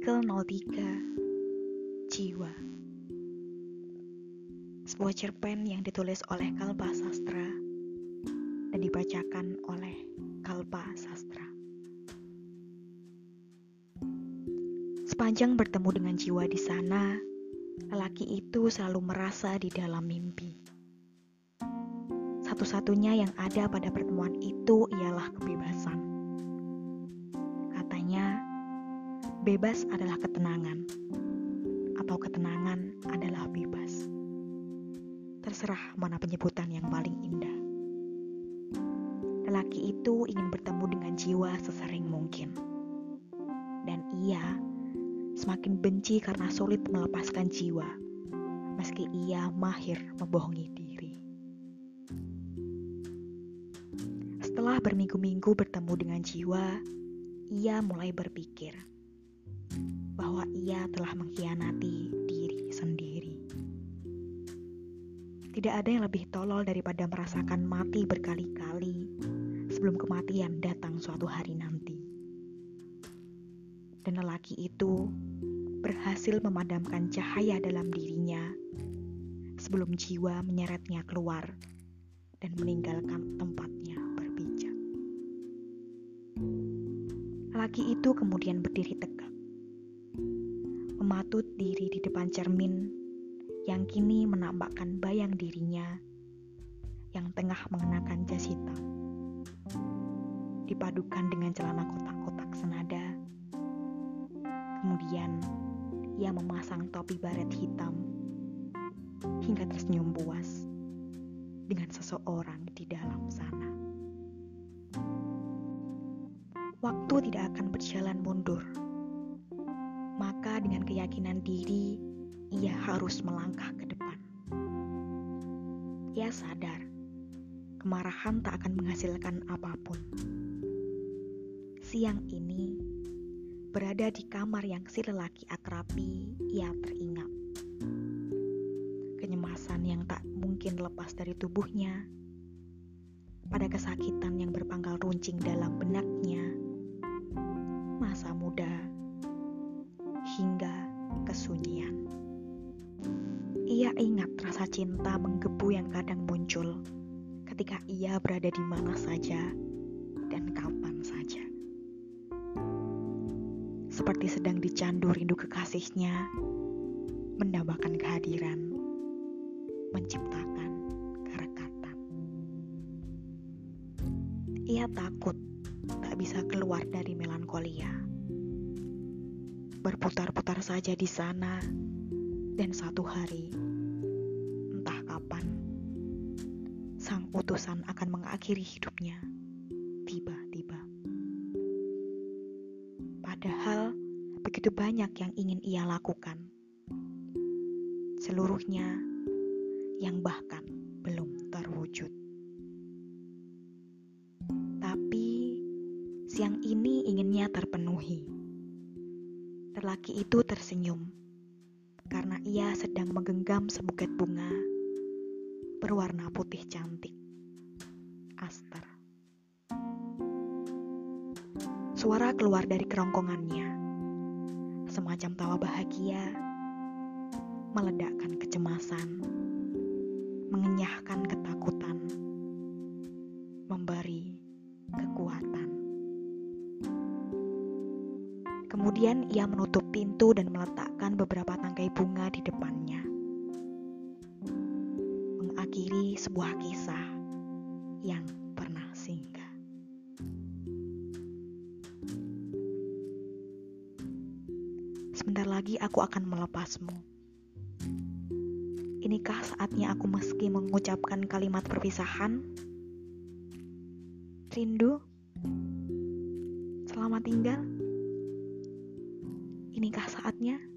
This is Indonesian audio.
Artikel 03 Jiwa. Sebuah cerpen yang ditulis oleh Kalpa Sastra dan dibacakan oleh Kalpa Sastra. Sepanjang bertemu dengan jiwa di sana, lelaki itu selalu merasa di dalam mimpi. Satu-satunya yang ada pada pertemuan itu ialah kebebasan. Katanya, bebas adalah ketenangan, atau ketenangan adalah bebas. Terserah mana penyebutan yang paling indah. Lelaki itu ingin bertemu dengan jiwa sesering mungkin. Dan ia semakin benci karena sulit melepaskan jiwa, meski ia mahir membohongi diri. Setelah berminggu-minggu bertemu dengan jiwa, ia mulai berpikir bahwa ia telah mengkhianati diri sendiri. Tidak ada yang lebih tolol daripada merasakan mati berkali-kali sebelum kematian datang suatu hari nanti. Dan lelaki itu berhasil memadamkan cahaya dalam dirinya sebelum jiwa menyeretnya keluar dan meninggalkan tempatnya berpijak. Lelaki itu kemudian berdiri tegak, mematut diri di depan cermin yang kini menampakkan bayang dirinya yang tengah mengenakan jas hitam, dipadukan dengan celana kotak-kotak senada. Kemudian ia memasang topi baret hitam hingga tersenyum puas dengan seseorang di dalam sana. Waktu tidak akan berjalan mundur, maka dengan keyakinan diri ia harus melangkah ke depan. Ia sadar kemarahan tak akan menghasilkan apapun. Siang ini, berada di kamar yang si lelaki akrabi, ia teringat kenyemasan yang tak mungkin lepas dari tubuhnya, pada kesakitan yang berpangkal runcing dalam benaknya, masa muda, hingga kesunyian. Ia ingat rasa cinta menggebu yang kadang muncul ketika ia berada di mana saja dan kapan saja. Seperti sedang dicandu rindu kekasihnya, mendambakan kehadiran, menciptakan kerekatan. Ia takut tak bisa keluar dari melankolia. Berputar-putar saja di sana, dan satu hari, entah kapan, sang utusan akan mengakhiri hidupnya tiba-tiba. Padahal begitu banyak yang ingin ia lakukan, seluruhnya yang bahkan belum terwujud. Tapi siang ini inginnya terpenuhi. Lelaki itu tersenyum karena ia sedang menggenggam sebuket bunga berwarna putih cantik, aster. Suara keluar dari kerongkongannya, semacam tawa bahagia, meledakkan kecemasan, mengenyahkan ketakutan, memberi kekuatan. Kemudian ia menutup pintu dan meletakkan beberapa tangkai bunga di depannya, mengakhiri sebuah kisah yang pernah singgah. Sebentar lagi aku akan melepasmu. Inikah saatnya aku meski mengucapkan kalimat perpisahan? Rindu? Selamat tinggal? Inikah saatnya?